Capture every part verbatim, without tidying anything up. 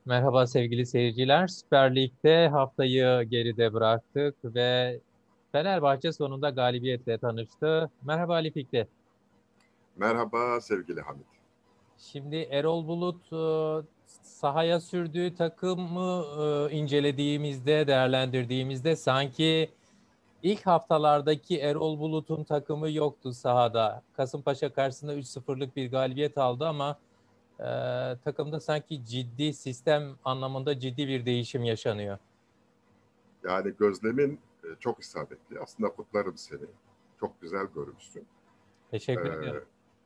Merhaba sevgili seyirciler. Süper Lig'de haftayı geride bıraktık ve Fenerbahçe sonunda galibiyetle tanıştı. Merhaba Ali Fikri. Merhaba sevgili Hamit. Şimdi Erol Bulut e, sahaya sürdüğü takımı e, incelediğimizde, değerlendirdiğimizde sanki ilk haftalardaki Erol Bulut'un takımı yoktu sahada. Kasımpaşa karşısında üç sıfırlık bir galibiyet aldı ama e, takımda sanki ciddi sistem anlamında ciddi bir değişim yaşanıyor. Yani gözlemin e, çok isabetli. Aslında kutlarım seni. Çok güzel görmüşsün. Ee, Teşekkür ediyorum.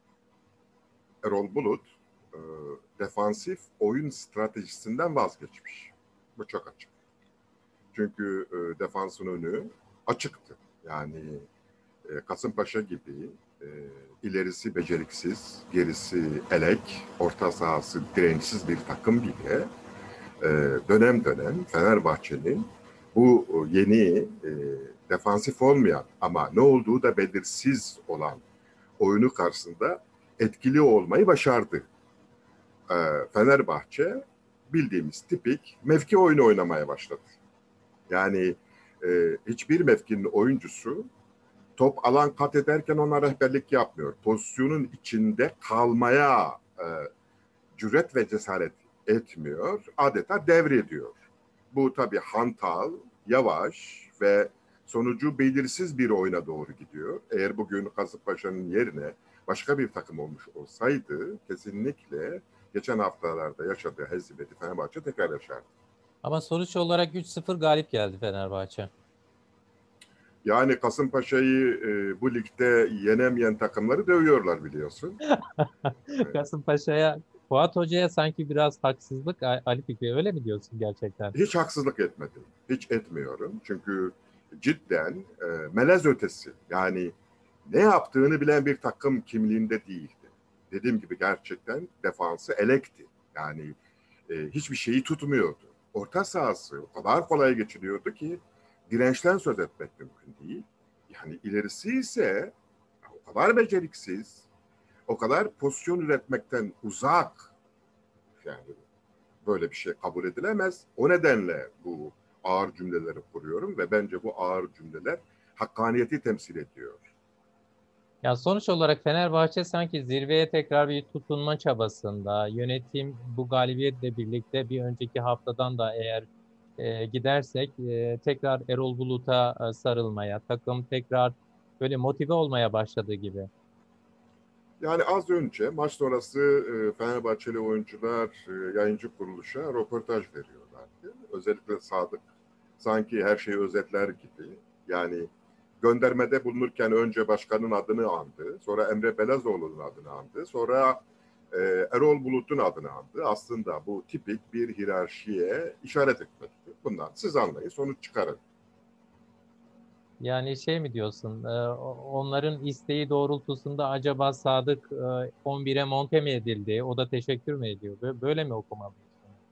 Erol Bulut e, defansif oyun stratejisinden vazgeçmiş. Bu çok açık. Çünkü e, defansın önü açıktı. Yani e, Kasımpaşa gibi e, ilerisi beceriksiz, gerisi elek, orta sahası dirençsiz bir takım bile e, dönem dönem Fenerbahçe'nin bu yeni e, defansif olmayan ama ne olduğu da belirsiz olan oyunu karşısında etkili olmayı başardı. E, Fenerbahçe bildiğimiz tipik mevki oyunu oynamaya başladı. Yani e, hiçbir mevkinin oyuncusu top alan kat ederken ona rehberlik yapmıyor. Pozisyonun içinde kalmaya e, cüret ve cesaret etmiyor. Adeta devrediyor. Bu tabii hantal, yavaş ve sonucu belirsiz bir oyuna doğru gidiyor. Eğer bugün Kasımpaşa'nın yerine başka bir takım olmuş olsaydı kesinlikle geçen haftalarda yaşadığı hezimeti Fenerbahçe tekrar yaşardı. Ama sonuç olarak üç sıfır galip geldi Fenerbahçe. Yani Kasımpaşa'yı e, bu ligde yenemeyen takımları dövüyorlar biliyorsun. Evet. Kasımpaşa'ya, Fuat Hoca'ya sanki biraz haksızlık A- Ali Fikri, öyle mi diyorsun gerçekten? Hiç haksızlık etmedim. Hiç etmiyorum. Çünkü cidden e, melez ötesi. Yani ne yaptığını bilen bir takım kimliğinde değildi. Dediğim gibi gerçekten defansı elekti. Yani e, hiçbir şeyi tutmuyordu. Orta sahası o kadar kolay geçiliyordu ki dirençten söz etmek mümkün değil. Yani ilerisi ise o kadar beceriksiz, o kadar pozisyon üretmekten uzak. Yani böyle bir şey kabul edilemez. O nedenle bu ağır cümleleri kuruyorum ve bence bu ağır cümleler hakkaniyeti temsil ediyor. Ya sonuç olarak Fenerbahçe sanki zirveye tekrar bir tutunma çabasında. Yönetim bu galibiyetle birlikte bir önceki haftadan da eğer e, gidersek e, tekrar Erol Bulut'a e, sarılmaya, takım tekrar böyle motive olmaya başladığı gibi. Yani az önce maç sonrası e, Fenerbahçeli oyuncular e, yayıncı kuruluşa röportaj veriyorlardı. Özellikle Sadık sanki her şeyi özetler gibi. Yani göndermede bulunurken önce başkanın adını andı, sonra Emre Belezoğlu'nun adını andı, sonra e, Erol Bulut'un adını andı. Aslında bu tipik bir hiyerarşiye işaret etmektir. Bundan siz anlayın, sonuç çıkarın. Yani şey mi diyorsun, e, onların isteği doğrultusunda acaba Sadık e, on bire monte mi edildi? O da teşekkür mü ediyor? Bö- Böyle mi okumalıyız?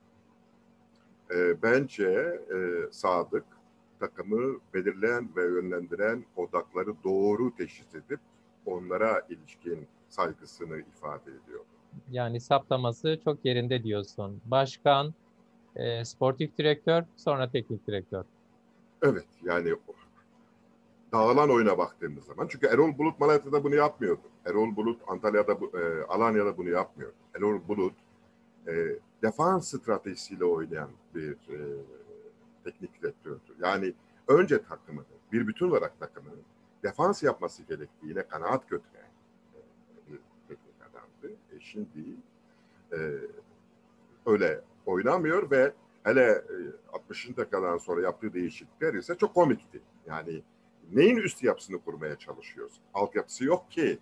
E, bence e, Sadık takımı belirleyen ve yönlendiren odakları doğru teşhis edip onlara ilişkin saygısını ifade ediyor. Yani saptaması çok yerinde diyorsun. Başkan, e, sportif direktör, sonra teknik direktör. Evet, yani dağılan oyuna baktığımız zaman. Çünkü Erol Bulut Malatya'da bunu yapmıyordu. Erol Bulut Antalya'da, e, Alanya'da bunu yapmıyor. Erol Bulut e, defans stratejisiyle oynayan bir e, teknik direktördü. Yani önce takımını, bir bütün olarak takımını defans yapması gerektiğine kanaat götüren e, bir teknik adamdı. E, şimdi e, öyle oynamıyor ve hele e, altmışıncı dakikadan sonra yaptığı değişiklikler ise çok komikti. Yani neyin üst yapısını kurmaya çalışıyorsun? Altyapısı yok ki.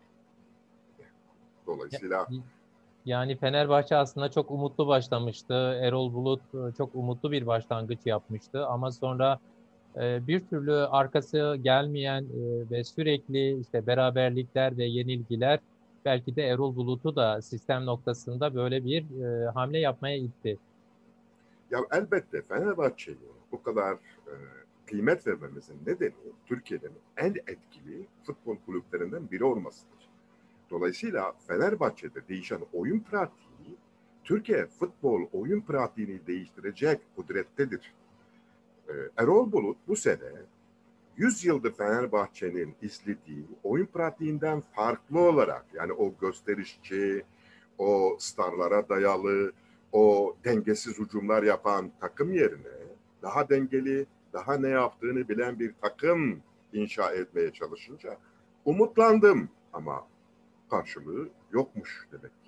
Ya- Dolayısıyla Yani Fenerbahçe aslında çok umutlu başlamıştı. Erol Bulut e, çok umutlu bir başlangıç yapmıştı. Ama sonra e, bir türlü arkası gelmeyen e, ve sürekli işte beraberlikler ve yenilgiler belki de Erol Bulut'u da sistem noktasında böyle bir e, hamle yapmaya itti. ya elbette Fenerbahçe'ye bu kadar e, kıymet vermemizin nedeni Türkiye'nin en etkili futbol kulüplerinden biri olmasıdır. Dolayısıyla Fenerbahçe'de değişen oyun pratiği Türkiye futbol oyun pratiğini değiştirecek kudrettedir. Ee, Erol Bulut bu sene yüz yıldır Fenerbahçe'nin izlediği oyun pratiğinden farklı olarak, yani o gösterişçi, o starlara dayalı, o dengesiz hücumlar yapan takım yerine daha dengeli, daha ne yaptığını bilen bir takım inşa etmeye çalışınca umutlandım ama karşılığı yokmuş demek ki.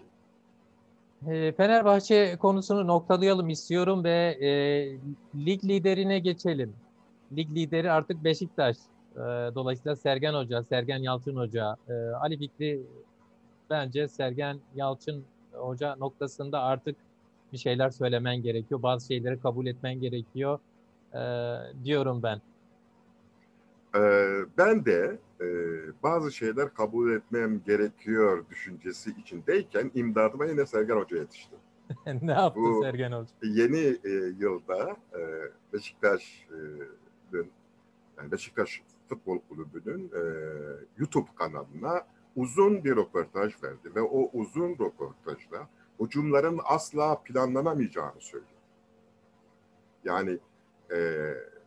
E, Fenerbahçe konusunu noktalayalım istiyorum ve e, lig liderine geçelim. Lig lideri artık Beşiktaş. E, dolayısıyla Sergen Hoca, Sergen Yalçın Hoca, e, Ali Fikri bence Sergen Yalçın Hoca noktasında artık bir şeyler söylemen gerekiyor. Bazı şeyleri kabul etmen gerekiyor e, diyorum ben. Ee, ben de e, bazı şeyler kabul etmem gerekiyor düşüncesi içindeyken imdadıma yine Sergen Hoca yetişti. Ne yaptı Bu Sergen Hoca? yeni e, yılda e, Beşiktaş'ın, yani Beşiktaş Futbol Kulübü'nün e, YouTube kanalına uzun bir röportaj verdi ve o uzun röportajda hücumların asla planlanamayacağını söyledi. Yani e,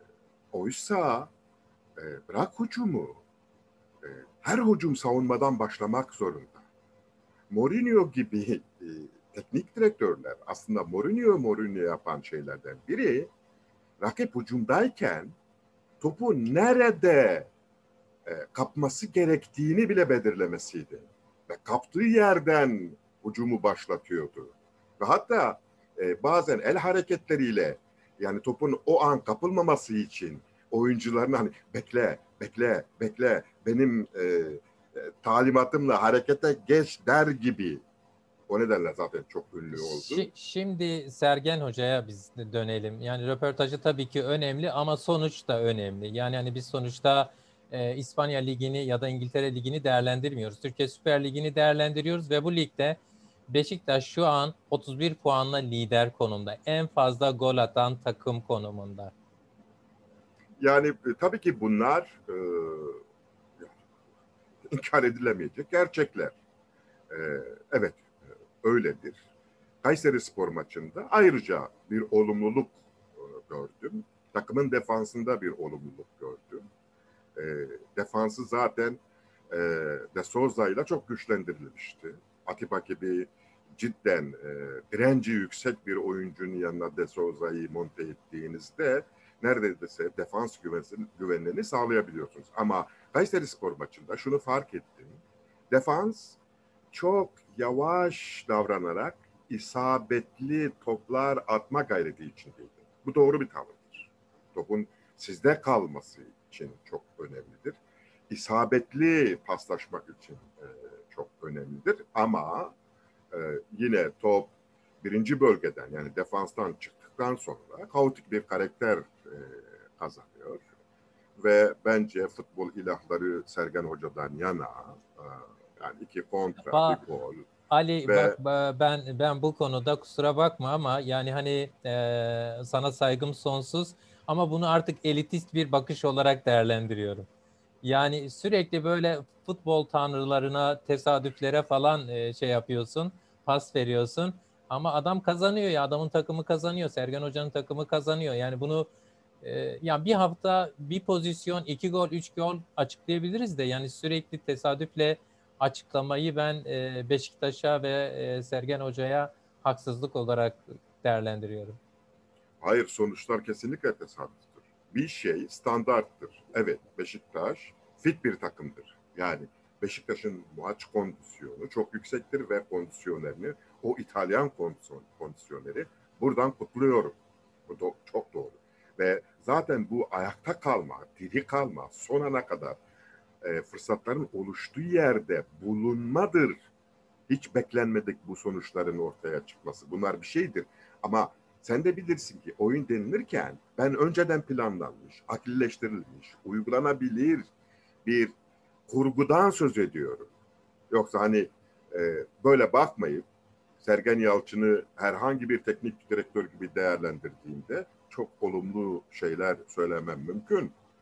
oysa e, bırak hücumu, e, her hücum savunmadan başlamak zorunda. Mourinho gibi e, teknik direktörler, aslında Mourinho Mourinho yapan şeylerden biri, rakip hücumdayken topu nerede e, kapması gerektiğini bile belirlemesiydi. Ve kaptığı yerden hücumu başlatıyordu. Ve hatta e, bazen el hareketleriyle, yani topun o an kapılmaması için oyuncuların hani bekle, bekle, bekle, benim e, e, talimatımla harekete geç der gibi. O nedenle zaten çok ünlü oldu. Şi- Şimdi Sergen Hoca'ya biz de dönelim. Yani röportajı tabii ki önemli ama sonuç da önemli. Yani hani biz sonuçta e, İspanya Ligi'ni ya da İngiltere Ligi'ni değerlendirmiyoruz. Türkiye Süper Ligi'ni değerlendiriyoruz ve bu ligde Beşiktaş şu an otuz bir puanla lider konumda. En fazla gol atan takım konumunda. Yani e, tabii ki bunlar e, inkar edilemeyecek gerçekler. E, evet, öyledir. Kayserispor maçında ayrıca bir olumluluk e, gördüm. Takımın defansında bir olumluluk gördüm. E, defansı zaten e, De Souza ile çok güçlendirilmişti. Atiba gibi cidden e, direnci yüksek bir oyuncunun yanına De Souza'yı monte ettiğinizde neredeyse defans güvenliğini sağlayabiliyorsunuz. Ama Kayserispor maçında şunu fark ettim. Defans çok yavaş davranarak isabetli toplar atma gayreti içindeydi. Bu doğru bir tavırdır. Topun sizde kalması için çok önemlidir. İsabetli paslaşmak için e, çok önemlidir. Ama e, yine top birinci bölgeden, yani defanstan çıktıktan sonra kaotik bir karakter e, kazanıyor. Ve bence futbol ilahları Sergen Hoca'dan yana, e, yani iki kontra, bir Ba gol Ali bak ve ba- ben ben bu konuda kusura bakma ama yani hani e, sana saygım sonsuz ama bunu artık elitist bir bakış olarak değerlendiriyorum. Yani sürekli böyle futbol tanrılarına, tesadüflere falan e, şey yapıyorsun, pas veriyorsun. Ama adam kazanıyor ya, adamın takımı kazanıyor, Sergen Hoca'nın takımı kazanıyor. Yani bunu e, ya bir hafta bir pozisyon, iki gol, üç gol açıklayabiliriz de yani sürekli tesadüfle açıklamayı ben e, Beşiktaş'a ve e, Sergen Hoca'ya haksızlık olarak değerlendiriyorum. hayır, sonuçlar kesinlikle tesadüftür. Bir şey standarttır. Evet, Beşiktaş fit bir takımdır. Yani Beşiktaş'ın maç kondisyonu çok yüksektir ve kondisyonlarını, o İtalyan kondisyon, kondisyonları buradan kutluyorum. Bu do- çok doğru. Ve zaten bu ayakta kalma, diri kalma, son ana kadar e, fırsatların oluştuğu yerde bulunmadır. Hiç beklenmedik bu sonuçların ortaya çıkması. Bunlar bir şeydir. Ama sen de bilirsin ki oyun denilirken ben önceden planlanmış, akilleştirilmiş, uygulanabilir bir kurgudan söz ediyorum. Yoksa hani e, böyle bakmayıp Sergen Yalçın'ı herhangi bir teknik direktör gibi değerlendirdiğimde çok olumlu şeyler söylemem mümkün.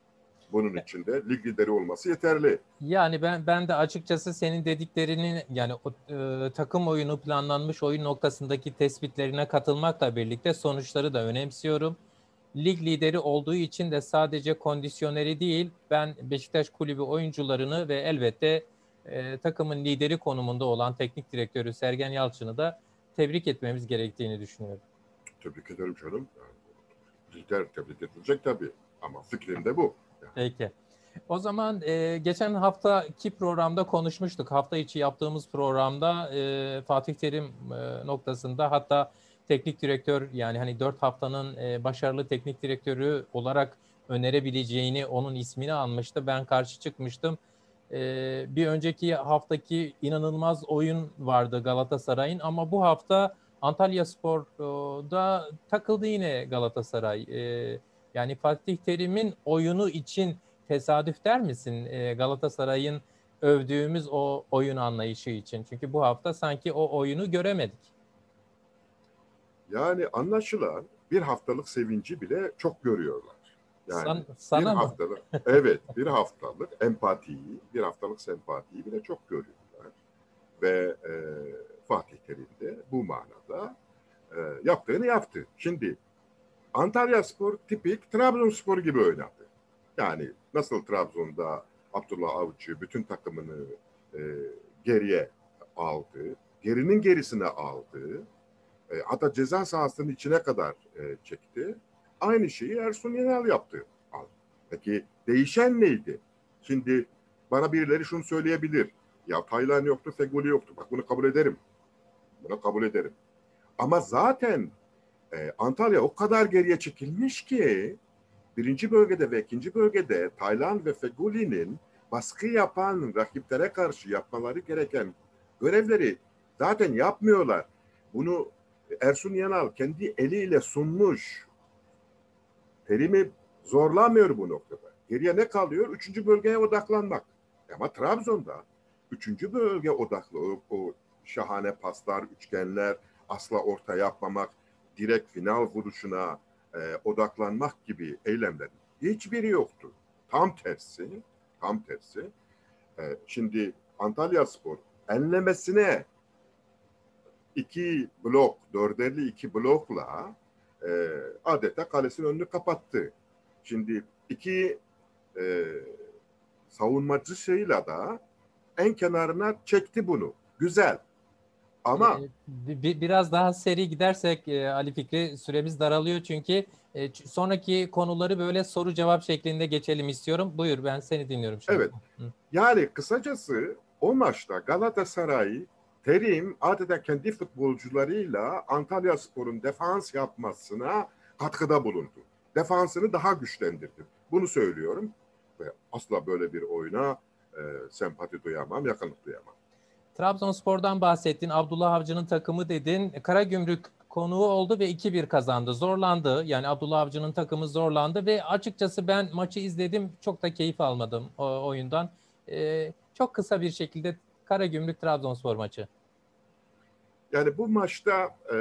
Bunun için de lig lideri olması yeterli. Yani ben ben de açıkçası senin dediklerinin, yani o, e, takım oyunu, planlanmış oyun noktasındaki tespitlerine katılmakla birlikte sonuçları da önemsiyorum. Lig lideri olduğu için de sadece kondisyoneri değil, ben Beşiktaş Kulübü oyuncularını ve elbette e, takımın lideri konumunda olan teknik direktörü Sergen Yalçın'ı da tebrik etmemiz gerektiğini düşünüyorum. Tebrik ederim canım. Yani, lider tebrik edilecek tabii. Ama fikrim de bu. Yani. Peki. O zaman e, geçen haftaki programda konuşmuştuk. Hafta içi yaptığımız programda e, Fatih Terim e, noktasında, hatta teknik direktör, yani hani dört haftanın e, başarılı teknik direktörü olarak önerebileceğini, onun ismini almıştı. Ben karşı çıkmıştım. E, bir önceki haftaki inanılmaz oyun vardı Galatasaray'ın, ama bu hafta Antalyaspor'da takıldı yine Galatasaray. E, yani Fatih Terim'in oyunu için tesadüf der misin e, Galatasaray'ın övdüğümüz o oyun anlayışı için? Çünkü bu hafta sanki o oyunu göremedik. Yani anlaşılan bir haftalık sevinci bile çok görüyorlar. Yani San, bir sana mı? haftalık, evet bir haftalık empatiyi, bir haftalık sempatiyi bile çok görüyorlar. Ve e, Fatih Terim de bu manada e, yaptığını yaptı. Şimdi Antalyaspor tipik Trabzonspor gibi oynadı. Yani nasıl Trabzon'da Abdullah Avcı bütün takımını e, geriye aldı, gerinin gerisine aldı, e, hatta ceza sahasının içine kadar e, çekti. Aynı şeyi Ersun Yanal yaptı. Peki değişen neydi? Şimdi bana birileri şunu söyleyebilir. Ya Taylan yoktu, Feguli yoktu. Bak bunu kabul ederim. Bunu kabul ederim. Ama zaten e, Antalya o kadar geriye çekilmiş ki birinci bölgede ve ikinci bölgede Taylan ve Feguli'nin baskı yapan rakiplere karşı yapmaları gereken görevleri zaten yapmıyorlar. Bunu Ersun Yanal kendi eliyle sunmuş. Terim'i zorlamıyor bu noktada. Geriye ne kalıyor? Üçüncü bölgeye odaklanmak. Ama Trabzon'da üçüncü bölge odaklı o, o şahane paslar, üçgenler, asla orta yapmamak, direkt final vuruşuna e, odaklanmak gibi eylemlerin hiçbiri yoktu. Tam tersi, tam tersi. E, şimdi Antalyaspor enlemesine iki blok, dörderli iki blokla e, adeta kalesinin önünü kapattı. Şimdi iki e, savunmacısıyla da en kenarına çekti bunu. Güzel. Ama E, bi- biraz daha seri gidersek e, Ali Fikri, süremiz daralıyor çünkü e, ç- sonraki konuları böyle soru cevap şeklinde geçelim istiyorum. Buyur, ben seni dinliyorum şu evet, anda. Hı. yani kısacası o maçta Galatasaray Terim adeta kendi futbolcularıyla Antalyaspor'un defans yapmasına katkıda bulundu. Defansını daha güçlendirdi. Bunu söylüyorum ve asla böyle bir oyuna e, sempati duyamam, yakınlık duyamam. Trabzonspor'dan bahsettin. Abdullah Avcı'nın takımı dedin. Karagümrük konuğu oldu ve iki bir kazandı. Zorlandı. Yani Abdullah Avcı'nın takımı zorlandı ve açıkçası ben maçı izledim. Çok da keyif almadım o oyundan. Ee, çok kısa bir şekilde Karagümrük Trabzonspor maçı. Yani bu maçta e,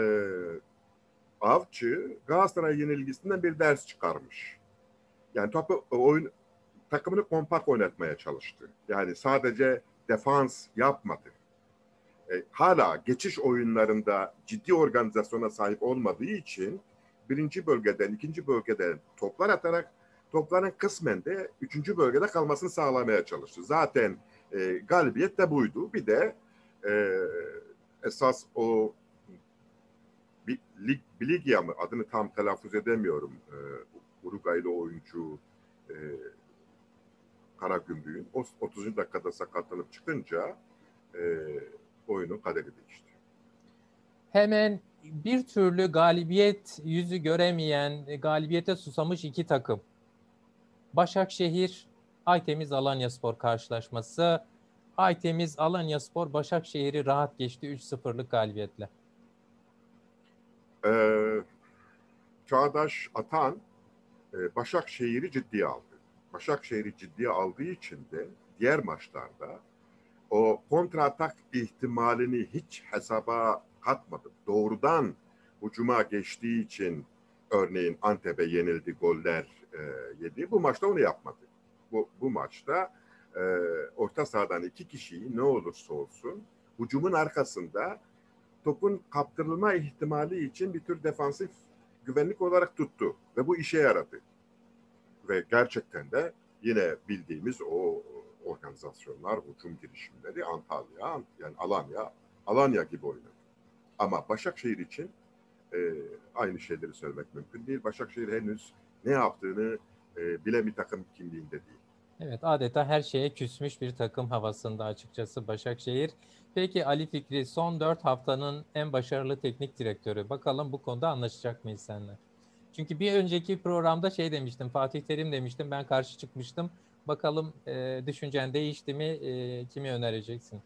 Avcı Galatasaray yenilgisinden bir ders çıkarmış. Yani topu oyun takımını kompakt oynatmaya çalıştı. Yani sadece defans yapmadı. E, hala geçiş oyunlarında ciddi organizasyona sahip olmadığı için birinci bölgeden, ikinci bölgeden toplar atarak topların kısmen de üçüncü bölgede kalmasını sağlamaya çalıştı. Zaten e, galibiyet de buydu. Bir de e, esas o Biligya mı adını tam telaffuz edemiyorum. E, Uruguaylı oyuncu e, Karagümrük'ün otuzuncu dakikada sakatlanıp çıkınca e, oyunun kaderi değişti. Hemen bir türlü galibiyet yüzü göremeyen, galibiyete susamış iki takım. Başakşehir, Aytemiz Alanyaspor karşılaşması. Aytemiz Alanyaspor Başakşehir'i rahat geçti üç sıfırlık galibiyetle. Ee, Çağdaş Atan e, Başakşehir'i ciddiye aldı. Başakşehir'i ciddiye aldığı için de diğer maçlarda o kontra atak ihtimalini hiç hesaba katmadı. Doğrudan hücuma geçtiği için örneğin Antep'e yenildi, goller e, yedi. Bu maçta onu yapmadı. bu, bu maçta e, orta sahadan iki kişiyi ne olursa olsun hücumun arkasında topun kaptırılma ihtimali için bir tür defansif güvenlik olarak tuttu ve bu işe yaradı. Ve gerçekten de yine bildiğimiz o organizasyonlar, hücum girişimleri Antalya, yani Alanya, Alanya gibi oynadı. Ama Başakşehir için e, aynı şeyleri söylemek mümkün değil. Başakşehir henüz ne yaptığını e, bilen bir takım kimliğinde değil. Evet, adeta her şeye küsmüş bir takım havasında açıkçası Başakşehir. Peki Ali Fikri, son dört haftanın en başarılı teknik direktörü. Bakalım bu konuda anlaşacak mıyız seninle? Çünkü bir önceki programda şey demiştim, Fatih Terim demiştim, ben karşı çıkmıştım. Bakalım e, düşüncen değişti mi, e, kimi önereceksin?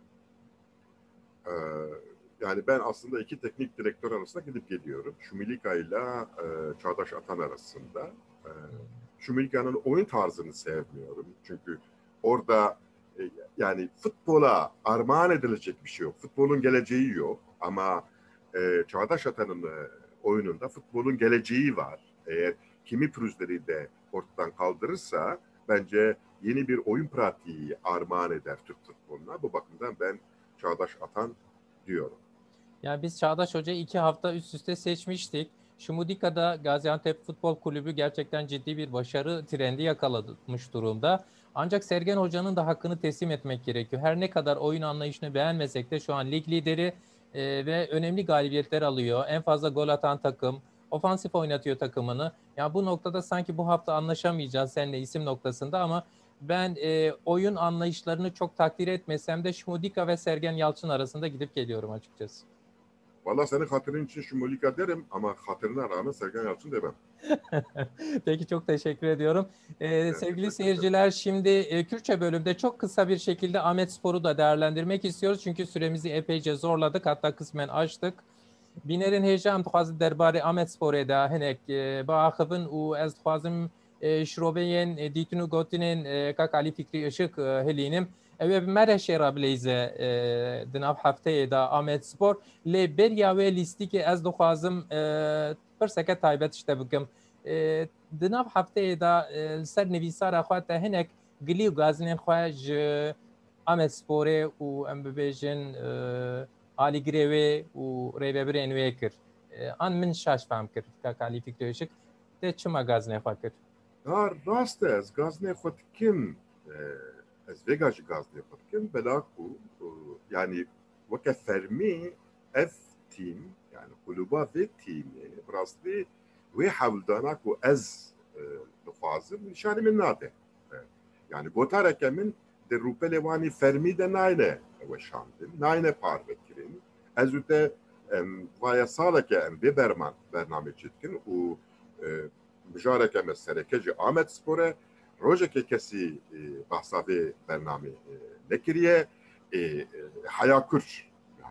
Ee, yani ben aslında iki teknik direktör arasında gidip geliyorum. Şumilika ile e, Çağdaş Atan arasında. E, Şumilika'nın oyun tarzını sevmiyorum. Çünkü orada e, yani futbola armağan edilecek bir şey yok. Futbolun geleceği yok. Ama e, Çağdaş Atan'ın e, oyununda futbolun geleceği var. Eğer kimi pürüzleri de ortadan kaldırırsa bence yeni bir oyun pratiği armağan eder Türk futboluna. Bu bakımdan ben Çağdaş Atan diyorum. Yani biz Çağdaş Hoca'yı iki hafta üst üste seçmiştik. Şumudika'da Gaziantep Futbol Kulübü gerçekten ciddi bir başarı trendi yakalamış durumda. Ancak Sergen Hoca'nın da hakkını teslim etmek gerekiyor. Her ne kadar oyun anlayışını beğenmesek de şu an lig lideri e, ve önemli galibiyetler alıyor. En fazla gol atan takım, ofansif oynatıyor takımını. Yani bu noktada sanki bu hafta anlaşamayacağız seninle isim noktasında ama ben e, oyun anlayışlarını çok takdir etmesem de Şumudika ve Sergen Yalçın arasında gidip geliyorum açıkçası. Valla senin hatırın için Şumulika derim ama hatırına rağmen Sergen Yalçın demem. Peki çok teşekkür ediyorum. Ee, sevgili seyirciler şimdi e, Kürtçe bölümde çok kısa bir şekilde Ahmetspor'u da değerlendirmek istiyoruz. Çünkü süremizi epeyce zorladık hatta kısmen aştık. Binerin hejam tuhazı derbari Ahmetspor'e da hinek bağıbın u ez tuhazım şrobeyen ditunu gotinin kak Ali Fikri Işık helinim. Ev mere şera bileyze dinav hafteye da Ahmetspor le berya ve listi ki ez tuhazım perseke taybet işte bugün. Dinav hafteye da ser nevisara xwate hinek gili u gazinin xwe ji Ahmetspor'e u em bibêjin Ali Greve û rêveberên wê kir. An min şaş fehm kir ka Alî Fikri Işık te çima gazinê xwe kir? Ha rast e ez gazinê xwe dikim. Ez vêga jî gazinê xwe dikim bela ku yani weke fermî ev tîm yani kulûba vê tîmê bi rastî wê hewldana ku ez dixwazim nîşanî min nade. Yani gotareke min di rûpelê wanî fermî de nayne weşandin, nayne parvekirin. Ez û te vaya saleke em bê berman bernamecî dikin û bijareke me sereke ji Ahmetsporê rojekê kesî behsa vê bernamê nekiriye heya kur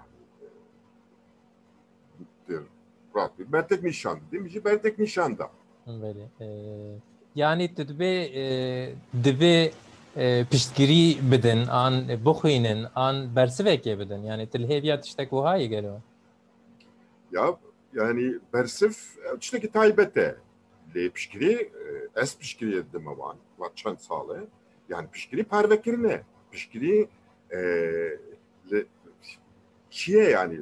yani bertek nîşan didîm jî bertek nîşan da. Belê. Yani tu divê divê piştgirî bidin an bixwînin an bersivekê bidin. Yani tilhêviya tiştek wihayê gelo. Ya yani bersif tiştekî taybet e. Lê piştgirî ez piştgirî didim wan va çend sal e. Yani piştgirî parvekirine. Piştgirî çiye yani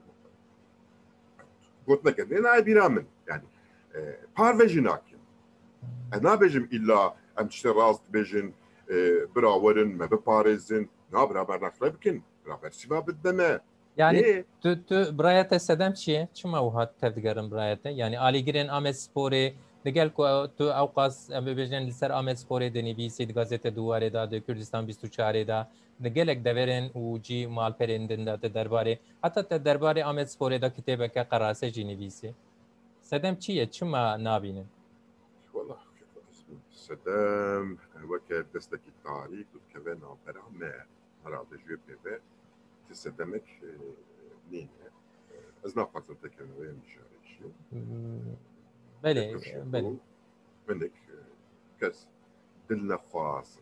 gotneke ne nay bîra min. Yani parve jî nakin. Ez nabêjim illa em tiştê rast dibêjin bira werin me biparêzin. Na biraber nexwe bikin. Biraber sîva bideme. Yani tu tu birayete sedem çiye? Çima wiha tevdigerin birayete? Yani alîgirên Ahmetsporê digel ku tu ewqas em bibêjin li ser Ahmetsporê dinivîsî di gazete Duwarê da di Kurdistan bîst û çarê da di gelek deverên û cî malperên din de te derbarê heta te derbarê Ahmetsporê da kitêbeke qerase jî nivîsî. Sedem çi ye? Çima nabînin? Wallah sedem weke destekî tarîk û dikeve navbera me herhalde ji wê pêve ti sedemek nîne. Ez naxwazim tekeve wê mijarê jî. Belê, belê. Minik kes dil nexwazim.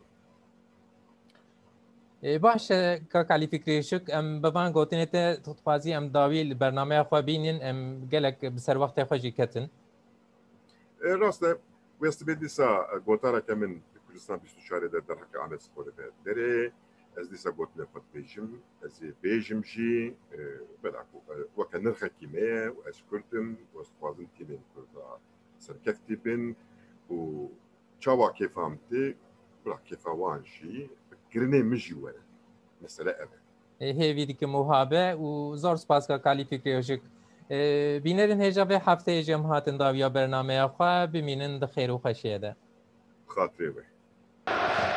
باش کاک علی فکری شک ام بوان گوتنه ته تخوازی ام داوی برنامه خو بینین ام گلک بسر وقت خو جی کتن Rast e west bedîsa gotareke min Kurdistan بیست و چهار در درحق آمد سپور دره از دیسا گوت نفت بیجم از بیجم جی بلاکو وکن نرخ کیمه و از کردم و از خوازم تیمین کردا سرکت تیبن و چاوا کفامتی بلا کفاوانشی گرنه مجیوره مثلا evet. هیویدی که محابه و زور سپاس که کالی فکری هشک بینرین هجا به هفته جمعات داویا برنامه خواه بمینن ده خیر و خشیده خاطره